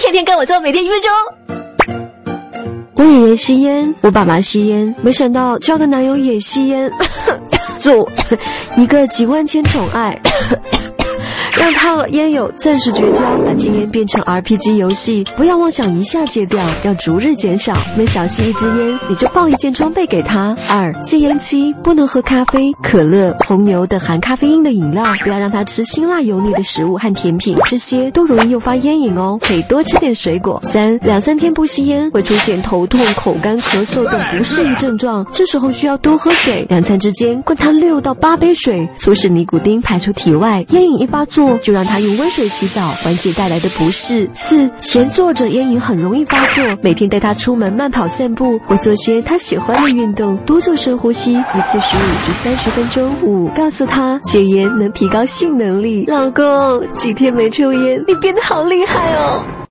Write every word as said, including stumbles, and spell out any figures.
天天跟我做，每天一分钟。 我爷爷吸烟，我爸爸吸烟，没想到交个男友也吸烟，做一个集万千宠爱。让他和烟友暂时绝交，把戒烟变成 R P G 游戏，不要妄想一下戒掉，要逐日减少。每少吸一支烟，你就报一件装备给他。二、戒烟期不能喝咖啡、可乐、红牛等含咖啡因的饮料，不要让他吃辛辣油腻的食物和甜品，这些都容易诱发烟瘾哦。可以多吃点水果。三、两三天不吸烟会出现头痛、口干、咳嗽等不适宜症状，这时候需要多喝水，两餐之间灌他六到八杯水，促使尼古丁排出体外。烟瘾一发作，就让他用温水洗澡，缓解带来的不适。四、闲坐着烟瘾很容易发作，每天带他出门慢跑散步，或做些他喜欢的运动，多做深呼吸，一次十五至三十分钟。五、告诉他戒烟能提高性能力，老公，几天没抽烟，你变得好厉害哦。